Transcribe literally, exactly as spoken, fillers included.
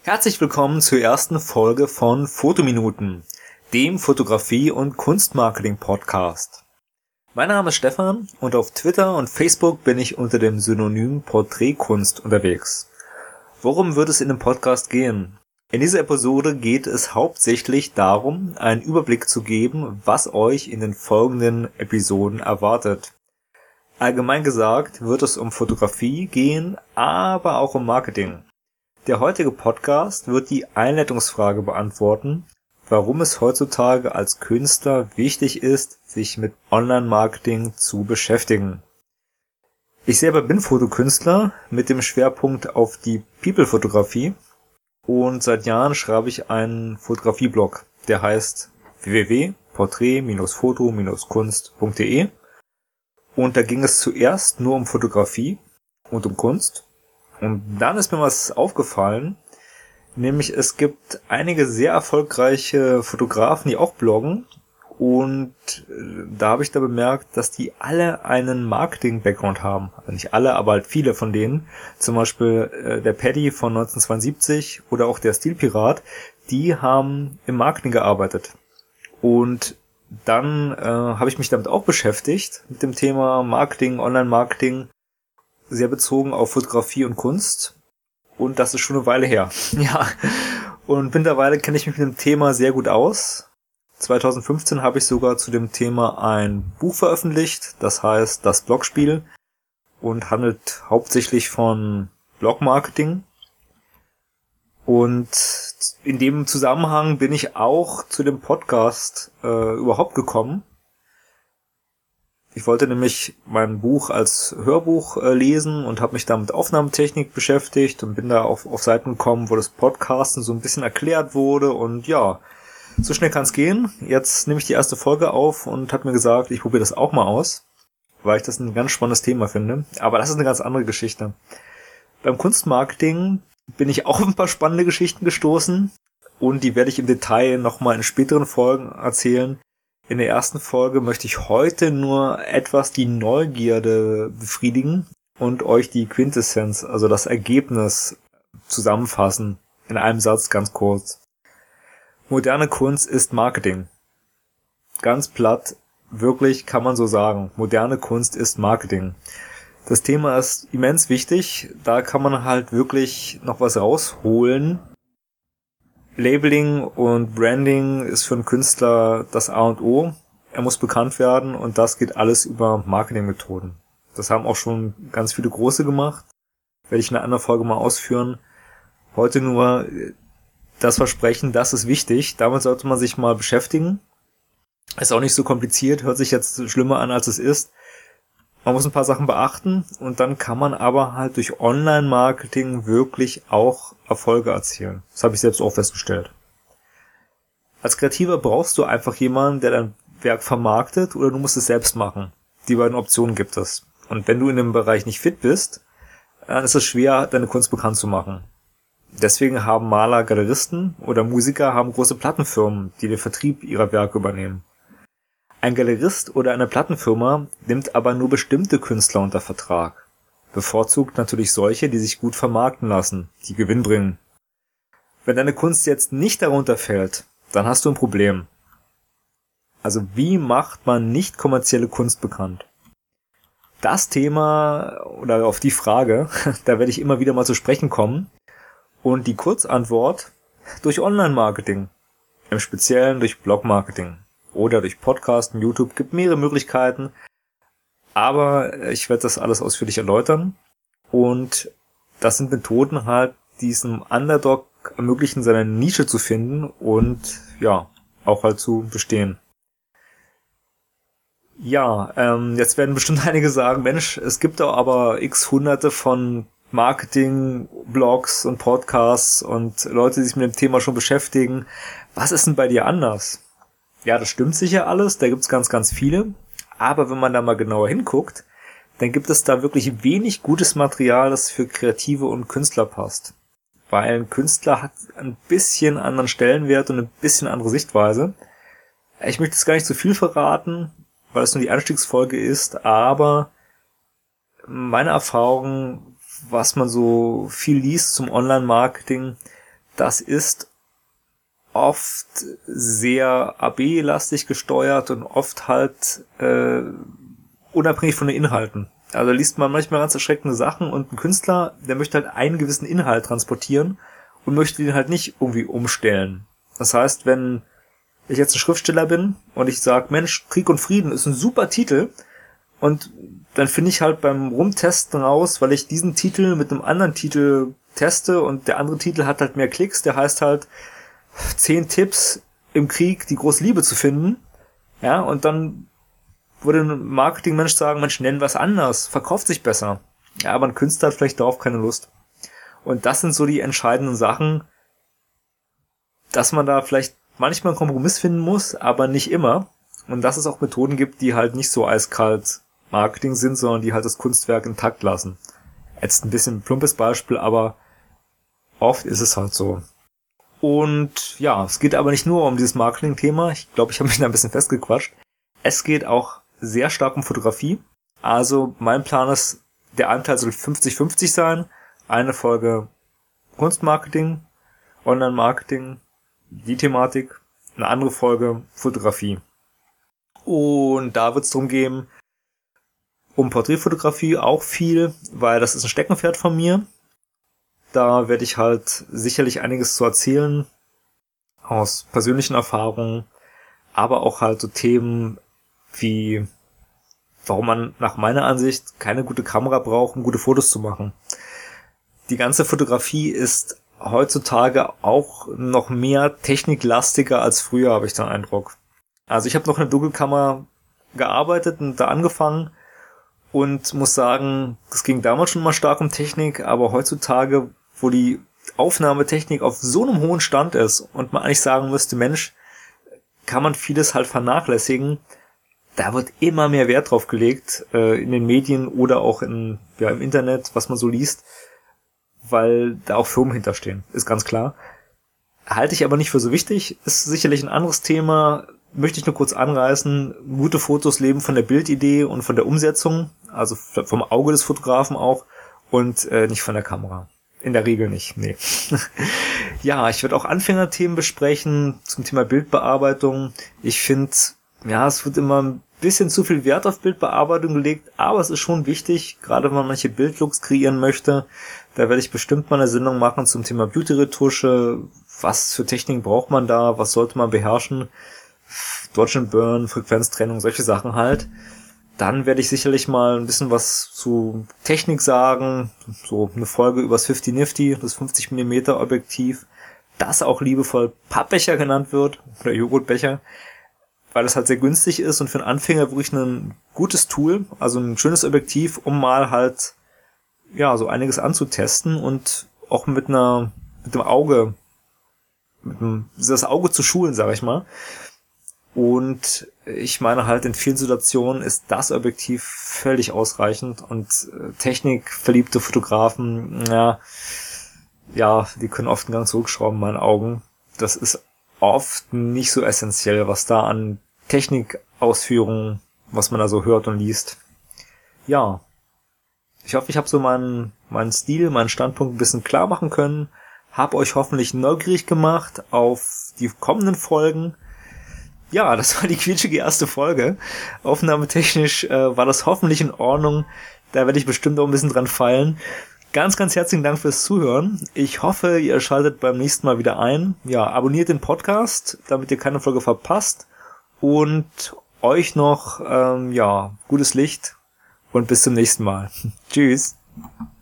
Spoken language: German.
Herzlich willkommen zur ersten Folge von Fotominuten, dem Fotografie- und Kunstmarketing-Podcast. Mein Name ist Stefan und auf Twitter und Facebook bin ich unter dem Synonym Porträtkunst unterwegs. Worum wird es in dem Podcast gehen? In dieser Episode geht es hauptsächlich darum, einen Überblick zu geben, was euch in den folgenden Episoden erwartet. Allgemein gesagt wird es um Fotografie gehen, aber auch um Marketing. Der heutige Podcast wird die Einleitungsfrage beantworten, warum es heutzutage als Künstler wichtig ist, sich mit Online-Marketing zu beschäftigen. Ich selber bin Fotokünstler mit dem Schwerpunkt auf die People-Fotografie und seit Jahren schreibe ich einen Fotografieblog, der heißt w w w punkt porträt foto kunst punkt d e und da ging es zuerst nur um Fotografie und um Kunst. Und dann ist mir was aufgefallen, nämlich es gibt einige sehr erfolgreiche Fotografen, die auch bloggen und da habe ich da bemerkt, dass die alle einen Marketing-Background haben. Also nicht alle, aber halt viele von denen. Zum Beispiel äh, der Paddy von neunzehnhundertzweiundsiebzig oder auch der Stilpirat, die haben im Marketing gearbeitet. Und dann äh, habe ich mich damit auch beschäftigt, mit dem Thema Marketing, Online-Marketing, sehr bezogen auf Fotografie und Kunst. Und das ist schon eine Weile her. Ja. Und mittlerweile kenne ich mich mit dem Thema sehr gut aus. zweitausendfünfzehn habe ich sogar zu dem Thema ein Buch veröffentlicht. Das heißt Das Blogspiel und handelt hauptsächlich von Blogmarketing. Und in dem Zusammenhang bin ich auch zu dem Podcast äh, überhaupt gekommen. Ich wollte nämlich mein Buch als Hörbuch äh, lesen und habe mich da mit Aufnahmetechnik beschäftigt und bin da auf, auf Seiten gekommen, wo das Podcasten so ein bisschen erklärt wurde und ja, so schnell kann es gehen. Jetzt nehme ich die erste Folge auf und habe mir gesagt, ich probiere das auch mal aus, weil ich das ein ganz spannendes Thema finde. Aber das ist eine ganz andere Geschichte. Beim Kunstmarketing bin ich auch auf ein paar spannende Geschichten gestoßen und die werde ich im Detail nochmal in späteren Folgen erzählen. In der ersten Folge möchte ich heute nur etwas die Neugierde befriedigen und euch die Quintessenz, also das Ergebnis, zusammenfassen. In einem Satz ganz kurz. Moderne Kunst ist Marketing. Ganz platt, wirklich kann man so sagen. Moderne Kunst ist Marketing. Das Thema ist immens wichtig. Da kann man halt wirklich noch was rausholen. Labeling und Branding ist für einen Künstler das A und O. Er muss bekannt werden und das geht alles über Marketingmethoden. Das haben auch schon ganz viele große gemacht. Werde ich in einer anderen Folge mal ausführen. Heute nur das Versprechen, das ist wichtig. Damit sollte man sich mal beschäftigen. Ist auch nicht so kompliziert, hört sich jetzt schlimmer an, als es ist. Man muss ein paar Sachen beachten und dann kann man aber halt durch Online-Marketing wirklich auch Erfolge erzielen. Das habe ich selbst auch festgestellt. Als Kreativer brauchst du einfach jemanden, der dein Werk vermarktet oder du musst es selbst machen. Die beiden Optionen gibt es. Und wenn du in dem Bereich nicht fit bist, dann ist es schwer, deine Kunst bekannt zu machen. Deswegen haben Maler, Galeristen oder Musiker haben große Plattenfirmen, die den Vertrieb ihrer Werke übernehmen. Ein Galerist oder eine Plattenfirma nimmt aber nur bestimmte Künstler unter Vertrag. Bevorzugt natürlich solche, die sich gut vermarkten lassen, die Gewinn bringen. Wenn deine Kunst jetzt nicht darunter fällt, dann hast du ein Problem. Also wie macht man nicht kommerzielle Kunst bekannt? Das Thema oder auf die Frage, da werde ich immer wieder mal zu sprechen kommen. Und die Kurzantwort durch Online-Marketing, im Speziellen durch Blog-Marketing. Oder durch Podcasten, YouTube, gibt mehrere Möglichkeiten. Aber ich werde das alles ausführlich erläutern. Und das sind Methoden halt, die es einem Underdog ermöglichen, seine Nische zu finden und ja, auch halt zu bestehen. Ja, ähm, jetzt werden bestimmt einige sagen, Mensch, es gibt doch aber x hunderte von Marketing-Blogs und Podcasts und Leute, die sich mit dem Thema schon beschäftigen. Was ist denn bei dir anders? Ja, das stimmt sicher alles, da gibt's ganz, ganz viele. Aber wenn man da mal genauer hinguckt, dann gibt es da wirklich wenig gutes Material, das für Kreative und Künstler passt. Weil ein Künstler hat ein bisschen anderen Stellenwert und ein bisschen andere Sichtweise. Ich möchte jetzt gar nicht zu viel verraten, weil es nur die Einstiegsfolge ist, aber meine Erfahrung, was man so viel liest zum Online-Marketing, das ist oft sehr A B-lastig gesteuert und oft halt äh, unabhängig von den Inhalten. Also liest man manchmal ganz erschreckende Sachen und ein Künstler, der möchte halt einen gewissen Inhalt transportieren und möchte den halt nicht irgendwie umstellen. Das heißt, wenn ich jetzt ein Schriftsteller bin und ich sage, Mensch, Krieg und Frieden ist ein super Titel, und dann finde ich halt beim Rumtesten raus, weil ich diesen Titel mit einem anderen Titel teste und der andere Titel hat halt mehr Klicks, der heißt halt zehn Tipps im Krieg, die große Liebe zu finden. Ja, und dann würde ein Marketingmensch sagen, Mensch, nennen wir es anders, verkauft sich besser. Ja, aber ein Künstler hat vielleicht darauf keine Lust. Und das sind so die entscheidenden Sachen, dass man da vielleicht manchmal einen Kompromiss finden muss, aber nicht immer. Und dass es auch Methoden gibt, die halt nicht so eiskalt Marketing sind, sondern die halt das Kunstwerk intakt lassen. Jetzt ein bisschen ein plumpes Beispiel, aber oft ist es halt so. Und ja, es geht aber nicht nur um dieses Marketing-Thema. Ich glaube, ich habe mich da ein bisschen festgequatscht. Es geht auch sehr stark um Fotografie. Also mein Plan ist, der Anteil soll fünfzig fünfzig sein. Eine Folge Kunstmarketing, Online-Marketing, die Thematik, eine andere Folge Fotografie. Und da wird es darum gehen, um Porträtfotografie auch viel, weil das ist ein Steckenpferd von mir. Da werde ich halt sicherlich einiges zu erzählen aus persönlichen Erfahrungen, aber auch halt so Themen wie, warum man nach meiner Ansicht keine gute Kamera braucht, um gute Fotos zu machen. Die ganze Fotografie ist heutzutage auch noch mehr techniklastiger als früher, habe ich den Eindruck. Also ich habe noch in der Dunkelkammer gearbeitet und da angefangen und muss sagen, es ging damals schon mal stark um Technik, aber heutzutage, wo die Aufnahmetechnik auf so einem hohen Stand ist und man eigentlich sagen müsste, Mensch, kann man vieles halt vernachlässigen, da wird immer mehr Wert drauf gelegt, äh, in den Medien oder auch in, ja, im Internet, was man so liest, weil da auch Firmen hinterstehen, ist ganz klar. Halte ich aber nicht für so wichtig, ist sicherlich ein anderes Thema, möchte ich nur kurz anreißen. Gute Fotos leben von der Bildidee und von der Umsetzung, also vom Auge des Fotografen auch und äh, nicht von der Kamera. In der Regel nicht, nee. Ja, ich werde auch Anfängerthemen besprechen zum Thema Bildbearbeitung. Ich finde, ja, es wird immer ein bisschen zu viel Wert auf Bildbearbeitung gelegt, aber es ist schon wichtig, gerade wenn man manche Bildlooks kreieren möchte. Da werde ich bestimmt mal eine Sendung machen zum Thema Beauty-Retusche. Was für Techniken braucht man da? Was sollte man beherrschen? Dodge and Burn, Frequenztrennung, solche Sachen halt. Dann werde ich sicherlich mal ein bisschen was zu Technik sagen. So eine Folge übers fünfzig Nifty, das fünfzig Millimeter Objektiv. Das auch liebevoll Pappbecher genannt wird. Oder Joghurtbecher. Weil es halt sehr günstig ist und für einen Anfänger wirklich ein gutes Tool. Also ein schönes Objektiv, um mal halt, ja, so einiges anzutesten und auch mit einer, mit dem Auge, mit dem, das Auge zu schulen, sag ich mal. Und ich meine halt, in vielen Situationen ist das Objektiv völlig ausreichend und äh, technikverliebte Fotografen, ja, ja, die können oft einen Gang zurückschrauben in meinen Augen. Das ist oft nicht so essentiell, was da an Technikausführungen, was man da so hört und liest. Ja, ich hoffe, ich habe so meinen meinen Stil, meinen Standpunkt ein bisschen klar machen können, habe euch hoffentlich neugierig gemacht auf die kommenden Folgen. Ja, das war die quietschige erste Folge. Aufnahmetechnisch äh, war das hoffentlich in Ordnung. Da werde ich bestimmt auch ein bisschen dran feilen. Ganz, ganz herzlichen Dank fürs Zuhören. Ich hoffe, ihr schaltet beim nächsten Mal wieder ein. Ja, abonniert den Podcast, damit ihr keine Folge verpasst. Und euch noch, ähm, ja, gutes Licht und bis zum nächsten Mal. Tschüss.